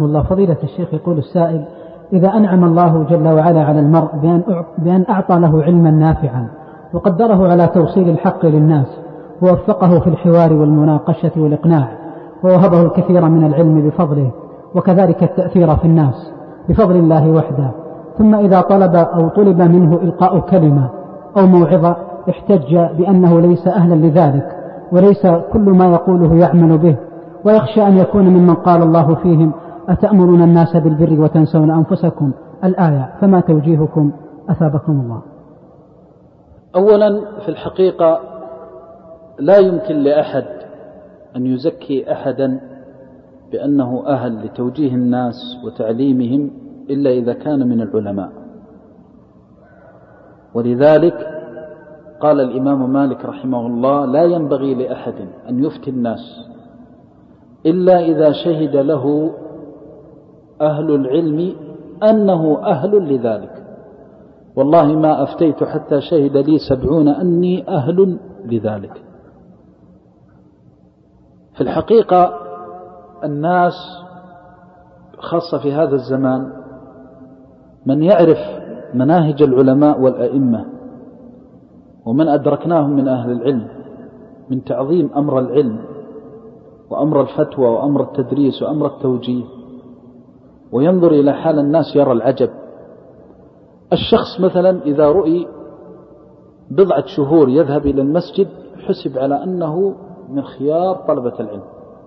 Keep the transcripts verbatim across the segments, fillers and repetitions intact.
والله فضيلة الشيخ، يقول السائل: إذا أنعم الله جل وعلا على المرء بأن أعطى له علما نافعا وقدره على توصيل الحق للناس ووفقه في الحوار والمناقشة والإقناع ووهبه الكثير من العلم بفضله وكذلك التأثير في الناس بفضل الله وحده، ثم إذا طلب أو طلب منه إلقاء كلمة أو موعظة احتج بأنه ليس أهلا لذلك وليس كل ما يقوله يعمل به، ويخشى أن يكون ممن قال الله فيهم: أتأمرون الناس بالبر وتنسون أنفسكم، الآية، فما توجيهكم أثابكم الله؟ أولا، في الحقيقة لا يمكن لأحد أن يزكي أحدا بأنه أهل لتوجيه الناس وتعليمهم إلا إذا كان من العلماء. ولذلك قال الإمام مالك رحمه الله: لا ينبغي لأحد أن يفتي الناس إلا إذا شهد له أهل العلم أنه أهل لذلك. والله ما أفتيت حتى شهد لي سبعون أني أهل لذلك. في الحقيقة الناس خاصة في هذا الزمان من يعرف مناهج العلماء والأئمة ومن أدركناهم من أهل العلم من تعظيم أمر العلم وأمر الفتوى وأمر التدريس وأمر التوجيه، وينظر إلى حال الناس يرى العجب. الشخص مثلا إذا رؤي بضعة شهور يذهب إلى المسجد حسب على أنه من خيار طلبة العلم،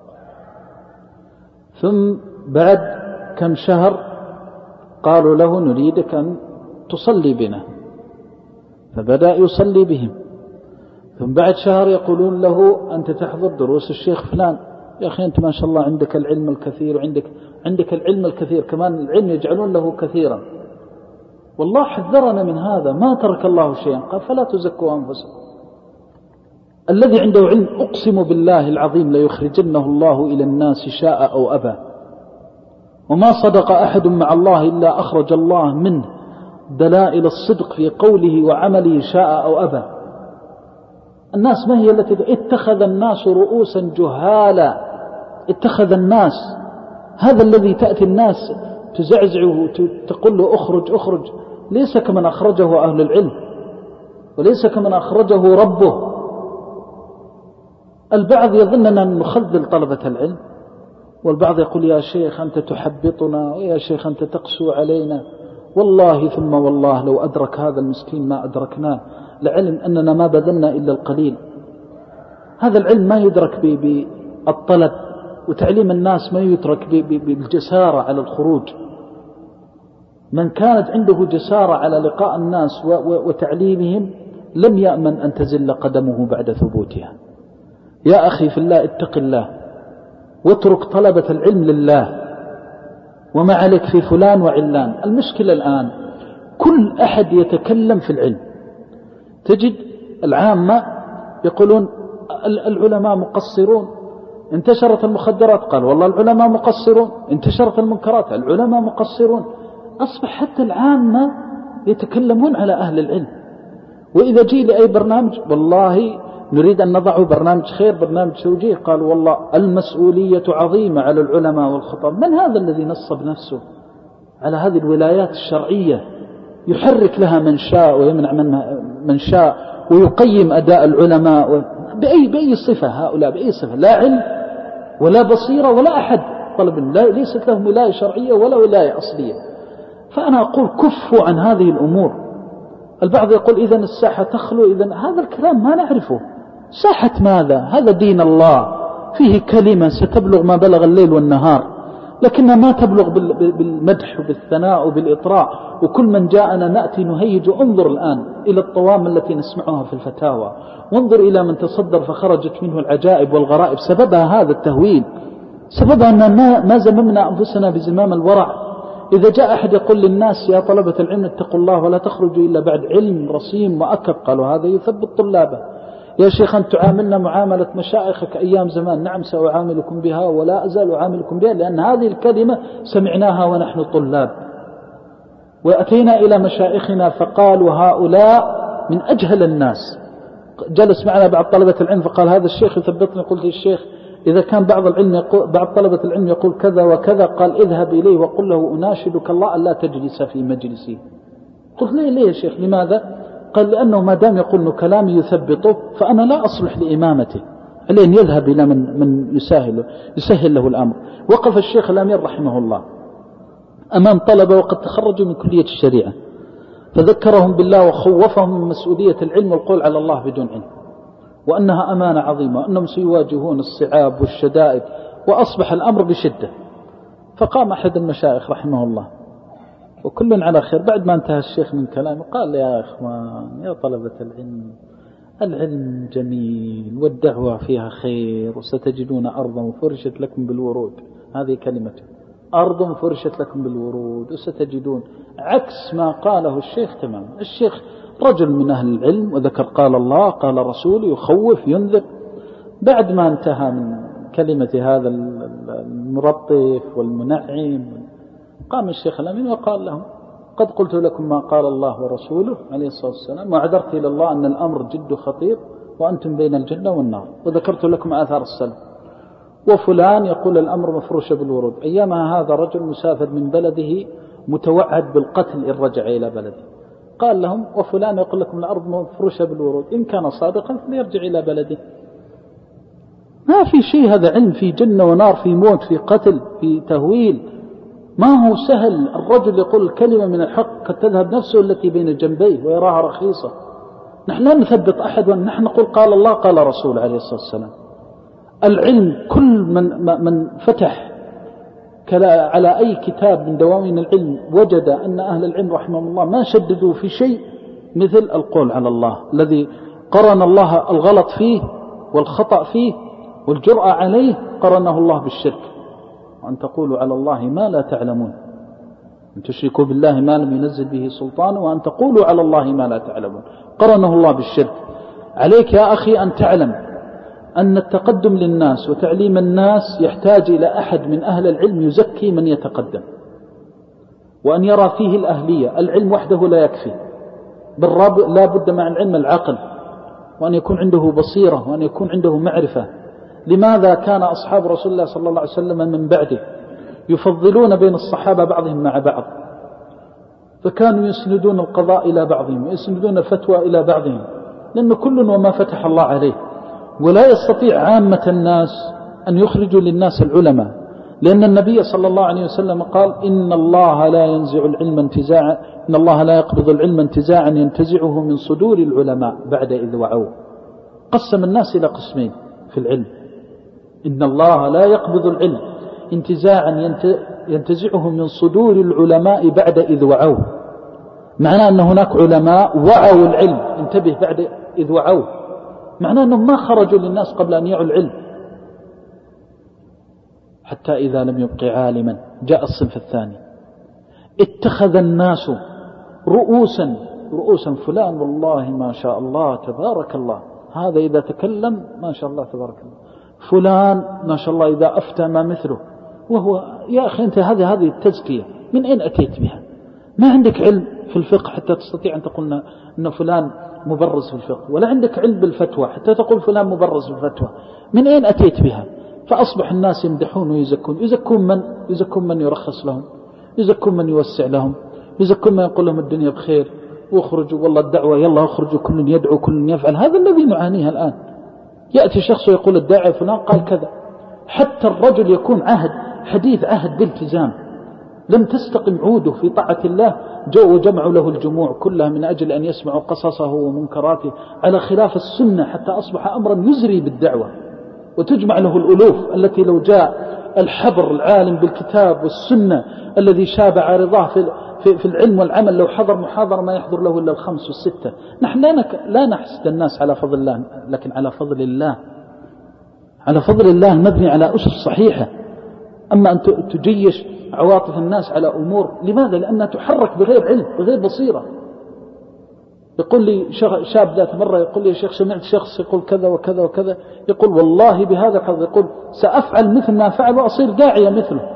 ثم بعد كم شهر قالوا له: نريدك أن تصلي بنا، فبدأ يصلي بهم. ثم بعد شهر يقولون له: أنت تحضر دروس الشيخ فلان. يا أخي أنت ما شاء الله عندك العلم الكثير وعندك عندك العلم الكثير، كمان العلم يجعلون له كثيرا. والله حذرنا من هذا، ما ترك الله شيئا، قال: فلا تزكوا أنفسكم. الذي عنده علم أقسم بالله العظيم ليخرجنه الله إلى الناس شاء أو أبى، وما صدق أحد مع الله إلا أخرج الله منه دلائل الصدق في قوله وعمله شاء أو أبى. الناس ما هي التي اتخذ الناس رؤوسا جهالا، اتخذ الناس هذا الذي تأتي الناس تزعزعه تقول له أخرج أخرج، ليس كمن أخرجه أهل العلم وليس كمن أخرجه ربه. البعض يظننا أن نخذل طلبة العلم، والبعض يقول: يا شيخ أنت تحبطنا، ويا شيخ أنت تقسو علينا. والله ثم والله لو أدرك هذا المسكين ما أدركناه لعلم أننا ما بذلنا إلا القليل. هذا العلم ما يدرك بالطلب، وتعليم الناس ما يترك بالجسارة على الخروج. من كانت عنده جسارة على لقاء الناس وتعليمهم لم يأمن أن تزل قدمه بعد ثبوتها. يا أخي في الله اتق الله واترك طلبة العلم لله، وما عليك في فلان وعلان. المشكلة الآن كل أحد يتكلم في العلم. تجد العامة يقولون العلماء مقصرون، انتشرت المخدرات قال والله العلماء مقصرون، انتشرت المنكرات العلماء مقصرون. أصبح حتى العامة يتكلمون على أهل العلم. وإذا جي لأي برنامج والله نريد أن نضع برنامج خير، برنامج توجيه، قال والله المسؤولية عظيمة على العلماء والخطاب. من هذا الذي نصب نفسه على هذه الولايات الشرعية يحرك لها من شاء ويمنع منها من شاء ويقيم أداء العلماء بأي, بأي صفة؟ هؤلاء بأي صفة؟ لا علم ولا بصيرة ولا أحد طلب، لا ليست لهم ولاية شرعية ولا ولاية أصلية. فأنا أقول كفوا عن هذه الأمور. البعض يقول إذن الساحة تخلو، إذن هذا الكلام ما نعرفه. ساحة ماذا؟ هذا دين الله فيه كلمة ستبلغ ما بلغ الليل والنهار، لكنها ما تبلغ بالمدح وبالثناء وبالإطراء. وكل من جاءنا نأتي نهيج. انظر الآن إلى الطوام التي نسمعها في الفتاوى، وانظر إلى من تصدر فخرجت منه العجائب والغرائب. سببها هذا التهويل، سببها أن ما, ما زممنا أنفسنا بزمام الورع. إذا جاء أحد يقول للناس يا طلبة العلم اتقوا الله ولا تخرجوا إلا بعد علم رصين مؤكد، قالوا هذا يثبت طلابه. يا شيخ أنت تعاملنا معاملة مشايخك أيام زمان. نعم سأعاملكم بها ولا أزال أعاملكم بها، لأن هذه الكلمة سمعناها ونحن طلاب. وأتينا إلى مشايخنا فقالوا هؤلاء من أجهل الناس. جلس معنا بعض طلبة العلم فقال هذا الشيخ يثبتني. قلت الشيخ إذا كان بعض العلم يقول بعض طلبة العلم يقول كذا وكذا، قال اذهب إليه وقل له أناشدك الله ألا تجلس في مجلسي. قلت ليه ليه يا شيخ لماذا؟ قال لأنه ما دام يقول أنه كلامي يثبطه فأنا لا أصلح لإمامته، عليه أن يذهب إلى من, من يسهل, يسهل له الأمر. وقف الشيخ الأمير رحمه الله أمام طلبة وقد تخرجوا من كلية الشريعة، فذكرهم بالله وخوفهم من مسؤولية العلم والقول على الله بدون علم، وأنها أمانة عظيمة وأنهم سيواجهون الصعاب والشدائد، وأصبح الأمر بشدة. فقام أحد المشايخ رحمه الله وكل على خير، بعد ما انتهى الشيخ من كلامه قال يا إخوان يا طلبة العلم، العلم جميل والدعوة فيها خير، وستجدون أرضا فرشت لكم بالورود، هذه كلمته، أرض فرشت لكم بالورود وستجدون، عكس ما قاله الشيخ تماما. الشيخ رجل من أهل العلم وذكر قال الله قال رسوله، يخوف ينذر. بعد ما انتهى من كلمة هذا المرطف والمنعم قام الشيخ الأمين وقال لهم قد قلت لكم ما قال الله ورسوله عليه الصلاة والسلام، وعذرت إلى الله أن الأمر جد خطير وأنتم بين الجنة والنار، وذكرت لكم آثار السلف، وفلان يقول الأمر مفروش بالورود. أيامها هذا رجل مسافر من بلده متوعد بالقتل إن رجع إلى بلده، قال لهم وفلان يقول لكم الأرض مفروشة بالورود، إن كان صادقا فليرجع إلى بلده. ما في شيء، هذا علم، في جنة ونار، في موت، في قتل، في تهويل. ما هو سهل الرجل يقول الكلمة من الحق قد تذهب نفسه التي بين جنبيه ويراها رخيصة. نحن لا نثبت أحد، ونحن نقول قال الله قال رسول عليه الصلاة والسلام. العلم كل من, من فتح على أي كتاب من دواوين العلم وجد أن أهل العلم رحمهم الله ما شددوا في شيء مثل القول على الله، الذي قرن الله الغلط فيه والخطأ فيه والجرأة عليه قرنه الله بالشرك، وأن تقولوا على الله ما لا تعلمون، أن تشركوا بالله ما لم ينزل به سلطان، وأن تقولوا على الله ما لا تعلمون، قرنه الله بالشرك. عليك يا أخي أن تعلم أن التقدم للناس وتعليم الناس يحتاج إلى أحد من أهل العلم يزكي من يتقدم، وأن يرى فيه الأهلية. العلم وحده لا يكفي، بل لا بد مع العلم العقل، وأن يكون عنده بصيرة، وأن يكون عنده معرفة. لماذا كان أصحاب رسول الله صلى الله عليه وسلم من بعده يفضلون بين الصحابة بعضهم مع بعض، فكانوا يسندون القضاء إلى بعضهم ويسندون الفتوى إلى بعضهم، لأن كل وما فتح الله عليه. ولا يستطيع عامة الناس أن يخرجوا للناس العلماء، لأن النبي صلى الله عليه وسلم قال إن الله لا ينزع العلم انتزاعا، إن الله لا يقبض العلم انتزاعا ينتزعه من صدور العلماء بعد إذ وعوه. قسم الناس إلى قسمين في العلم، إن الله لا يقبض العلم انتزاعا ينتزعه من صدور العلماء بعد إذ وعوه، معناه أن هناك علماء وعوا العلم، انتبه، بعد إذ وعوه، معناه أنهم ما خرجوا للناس قبل أن يعوا العلم. حتى إذا لم يبقي عالما جاء الصنف الثاني، اتخذ الناس رؤوسا رؤوسا فلان والله ما شاء الله تبارك الله، هذا إذا تكلم ما شاء الله تبارك الله، فلان ما شاء الله إذا أفتى ما مثله. وهو يا أخي أنت هذه هذه التزكية من أين أتيت بها؟ ما عندك علم في الفقه حتى تستطيع أن تقول أن فلان مبرز في الفقه، ولا عندك علم بالفتوى حتى تقول فلان مبرز في الفتوى. من أين أتيت بها؟ فأصبح الناس يمدحون ويزكون. يزكون من؟ يزكون من يرخص لهم، يزكون من يوسع لهم، يزكون من يقول لهم الدنيا بخير واخرجوا والله الدعوة يلا اخرجوا، كل يدعو كل يفعل. هذا الذي نعانيه الآن. يأتي شخص ويقول الداعي فلان قال كذا، حتى الرجل يكون عهد حديث عهد بالتزام، لم تستقم عوده في طاعة الله، جو وجمعوا له الجموع كلها من أجل أن يسمعوا قصصه ومنكراته على خلاف السنة، حتى أصبح أمرا يزري بالدعوة، وتجمع له الألوف التي لو جاء الحبر العالم بالكتاب والسنة الذي شاب عارضاه في في, في العلم والعمل، لو حضر محاضرة ما يحضر له إلا الخمس والستة. نحن لا, نك لا نحسد الناس على فضل الله، لكن على فضل الله، على فضل الله المبني على أسس صحيحة. أما أن تجيش عواطف الناس على أمور، لماذا؟ لأنها تحرك بغير علم بغير بصيرة. يقول لي شاب ذات مرة يقول لي يا شيخ سمعت شخص يقول كذا وكذا وكذا، يقول والله بهذا الحظ يقول سأفعل مثل ما فعل وأصير داعية مثله.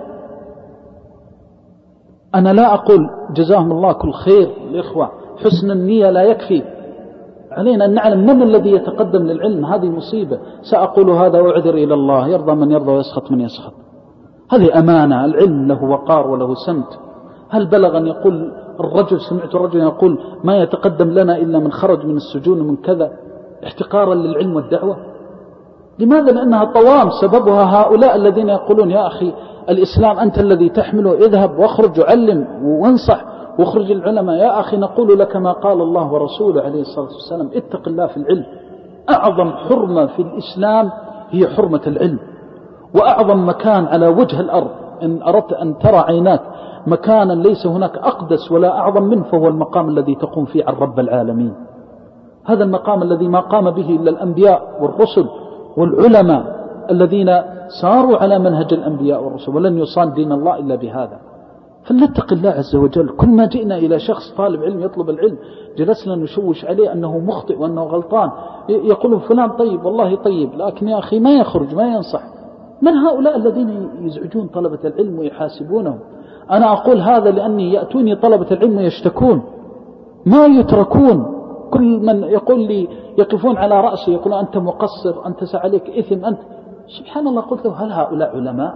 أنا لا أقول جزاهم الله كل خير الإخوة، حسن النية لا يكفي، علينا أن نعلم من الذي يتقدم للعلم. هذه مصيبة. سأقول هذا وأعذر إلى الله، يرضى من يرضى ويسخط من يسخط. هذه أمانة. العلم له وقار وله سمت. هل بلغ أن يقول الرجل، سمعت الرجل يقول ما يتقدم لنا إلا من خرج من السجون ومن كذا، احتقارا للعلم والدعوة. لماذا؟ لأنها طوام سببها هؤلاء الذين يقولون يا أخي الإسلام أنت الذي تحمله، اذهب واخرج وعلم وانصح واخرج العلماء. يا أخي نقول لك ما قال الله ورسوله عليه الصلاة والسلام، اتق الله في العلم. أعظم حرمة في الإسلام هي حرمة العلم، وأعظم مكان على وجه الأرض إن أردت أن ترى عيناك مكانا ليس هناك أقدس ولا أعظم منه، فهو المقام الذي تقوم فيه عن رب العالمين. هذا المقام الذي ما قام به إلا الأنبياء والرسل والعلماء الذين ساروا على منهج الأنبياء والرسل، ولن يصان دين الله إلا بهذا. فلنتق الله عز وجل. كل ما جئنا إلى شخص طالب علم يطلب العلم جلسنا نشوش عليه أنه مخطئ وأنه غلطان، يقولون فلان طيب والله طيب، لكن يا أخي ما يخرج ما ينصح. من هؤلاء الذين يزعجون طلبة العلم ويحاسبونهم؟ أنا أقول هذا لأني يأتوني طلبة العلم ويشتكون ما يتركون. كل من يقول لي يقفون على رأسي يقولون أنت مقصر، أنت سعليك إثم، أنت. سبحان الله. قلت له هل هؤلاء علماء؟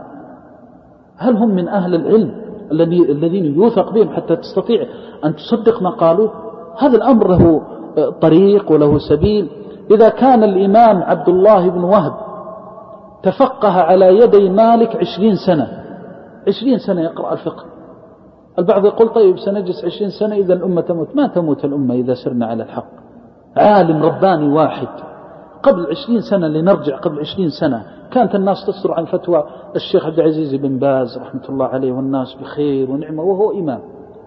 هل هم من أهل العلم الذين يوثق بهم حتى تستطيع أن تصدق ما قالوا؟ هذا الأمر له طريق وله سبيل. إذا كان الإمام عبد الله بن وهب تفقه على يدي مالك عشرين سنة، عشرين سنة يقرأ الفقه. البعض يقول طيب سنجلس عشرين سنة إذا الأمة تموت. ما تموت الأمة إذا سرنا على الحق. عالم رباني واحد قبل عشرين سنة، لنرجع قبل عشرين سنة كانت الناس تصدر عن فتوى الشيخ عبد العزيز بن باز رحمة الله عليه والناس بخير ونعمة، وهو إمام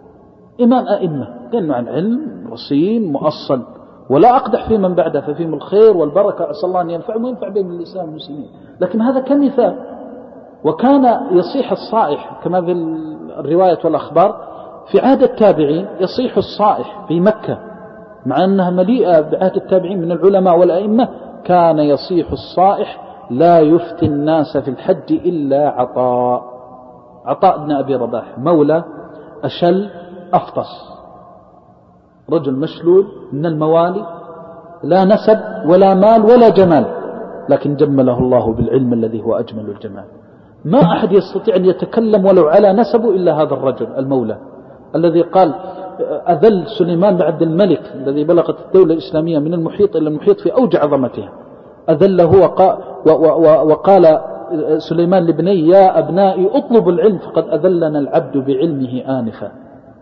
إمام أئمة، لأنه عن علم رصين مؤصل. ولا أقدح في من بعده، ففيهم الخير والبركة، أسأل الله أن ينفعهم وينفع بين الإسلام والمسلمين. لكن هذا كمثال. وكان يصيح الصائح كما في الرواية والأخبار في عهد التابعين، يصيح الصائح في مكة مع أنها مليئة بعهد التابعين من العلماء والأئمة. كان يصيح الصائح لا يفتي الناس في الحج إلا عطاء عطاء بن أبي رباح مولى أشل أفطس، رجل مشلول من الموالي، لا نسب ولا مال ولا جمال، لكن جمله الله بالعلم الذي هو أجمل الجمال. ما أحد يستطيع أن يتكلم ولو على نسبه إلا هذا الرجل المولى الذي قال أذل سليمان بن عبد الملك الذي بلغت الدولة الإسلامية من المحيط إلى المحيط في أوج عظمتها، أذله وقال سليمان لابني يا أبنائي اطلبوا العلم فقد أذلنا العبد بعلمه آنفا.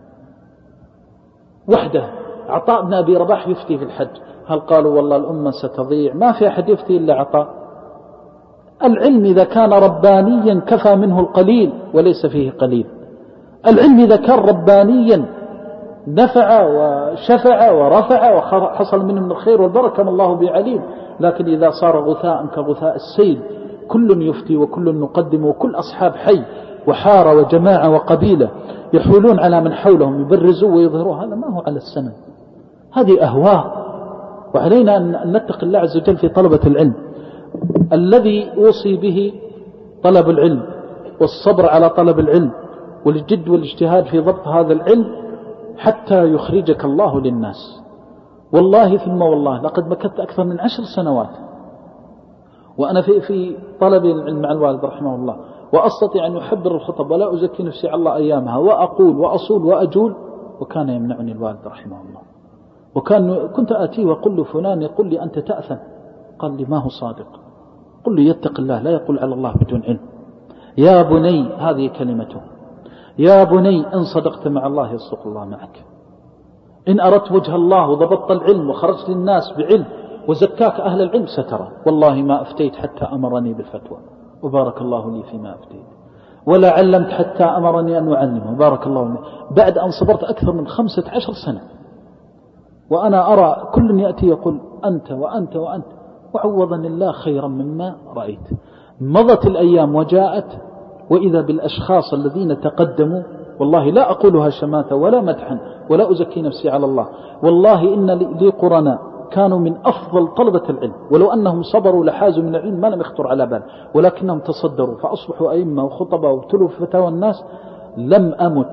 وحده عطاء بن أبي رباح يفتي في الحج. هل قالوا والله الأمة ستضيع؟ ما في أحد يفتي إلا عطاء. العلم إذا كان ربانيا كفى منه القليل وليس فيه قليل. العلم إذا كان ربانيا نفع وشفع ورفع وحصل منه من الخير والبركة ما الله بعليم. لكن إذا صار غثاء كغثاء السيل، كل يفتي وكل نقدم وكل أصحاب حي وحارة وجماعة وقبيلة يحولون على من حولهم يبرزوا ويظهروا، هذا ما هو على السنة، هذه أهواء. وعلينا أن نتقي الله عز وجل في طلبة العلم. الذي أوصي به طلب العلم والصبر على طلب العلم والجد والاجتهاد في ضبط هذا العلم حتى يخرجك الله للناس. والله ثم والله لقد مكثت أكثر من عشر سنوات وأنا في في طلب العلم مع الوالد رحمه الله، وأستطيع أن يحبر الخطب ولا أزكي نفسي على الله أيامها، وأقول وأصول وأجول، وكان يمنعني الوالد رحمه الله. وكان كنت آتيه وأقول له فلان يقول لي أنت تأثم، قال لي ما هو صادق، قل لي يتق الله لا يقول على الله بدون علم. يا بني، هذه كلمته، يا بني إن صدقت مع الله يصدق الله معك. إن أردت وجه الله وضبطت العلم وخرجت للناس بعلم وزكاك أهل العلم سترى. والله ما أفتيت حتى أمرني بالفتوى وبارك الله لي فيما أفتيت، ولا علمت حتى أمرني أن أعلمه وبارك الله لي، بعد أن صبرت أكثر من خمسة عشر سنة. وأنا أرى كل يأتي يقول أنت وأنت وأنت، وعوضني الله خيرا مما رأيت. مضت الأيام وجاءت، وإذا بالأشخاص الذين تقدموا، والله لا أقولها شماتة ولا مدحا ولا أزكي نفسي على الله، والله إن لي قرناء كانوا من أفضل طلبة العلم، ولو أنهم صبروا لحازوا من العلم ما لم يخطر على بال، ولكنهم تصدروا فأصبحوا أئمة وخطباء وابتلوا في فتاوى الناس. لم أمت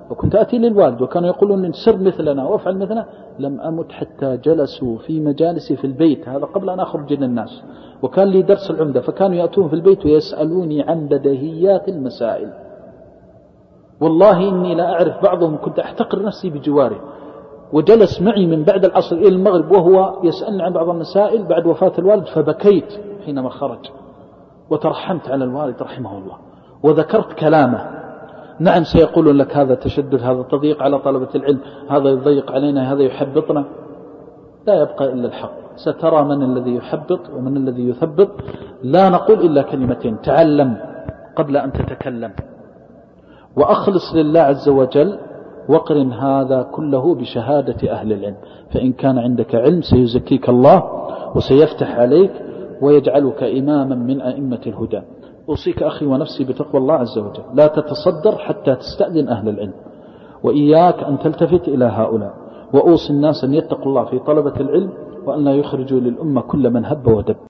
وكنت أتي للوالد وكانوا يقولون سر مثلنا وافعل مثلنا، لم أمت حتى جلسوا في مجالسي في البيت، هذا قبل أن أخرج للناس، وكان لي درس العمدة، فكانوا يأتون في البيت ويسألوني عن بديهيات المسائل. والله إني لا أعرف بعضهم كنت أحتقر نفسي بجواره، وجلس معي من بعد العصر إلى المغرب وهو يسألني عن بعض المسائل بعد وفاة الوالد، فبكيت حينما خرج وترحمت على الوالد رحمه الله وذكرت كلامه. نعم سيقولون لك هذا تشدد، هذا تضييق على طلبة العلم، هذا يضيق علينا، هذا يحبطنا. لا يبقى إلا الحق، سترى من الذي يحبط ومن الذي يثبط. لا نقول إلا كلمتين: تعلم قبل أن تتكلم، وأخلص لله عز وجل، وقرن هذا كله بشهادة أهل العلم. فإن كان عندك علم سيزكيك الله وسيفتح عليك ويجعلك إماما من أئمة الهدى. أوصيك أخي ونفسي بتقوى الله عز وجل، لا تتصدر حتى تستأذن أهل العلم، وإياك أن تلتفت إلى هؤلاء. وأوصي الناس أن يتقوا الله في طلبة العلم، وأن لا يخرجوا للأمة كل من هب ودب.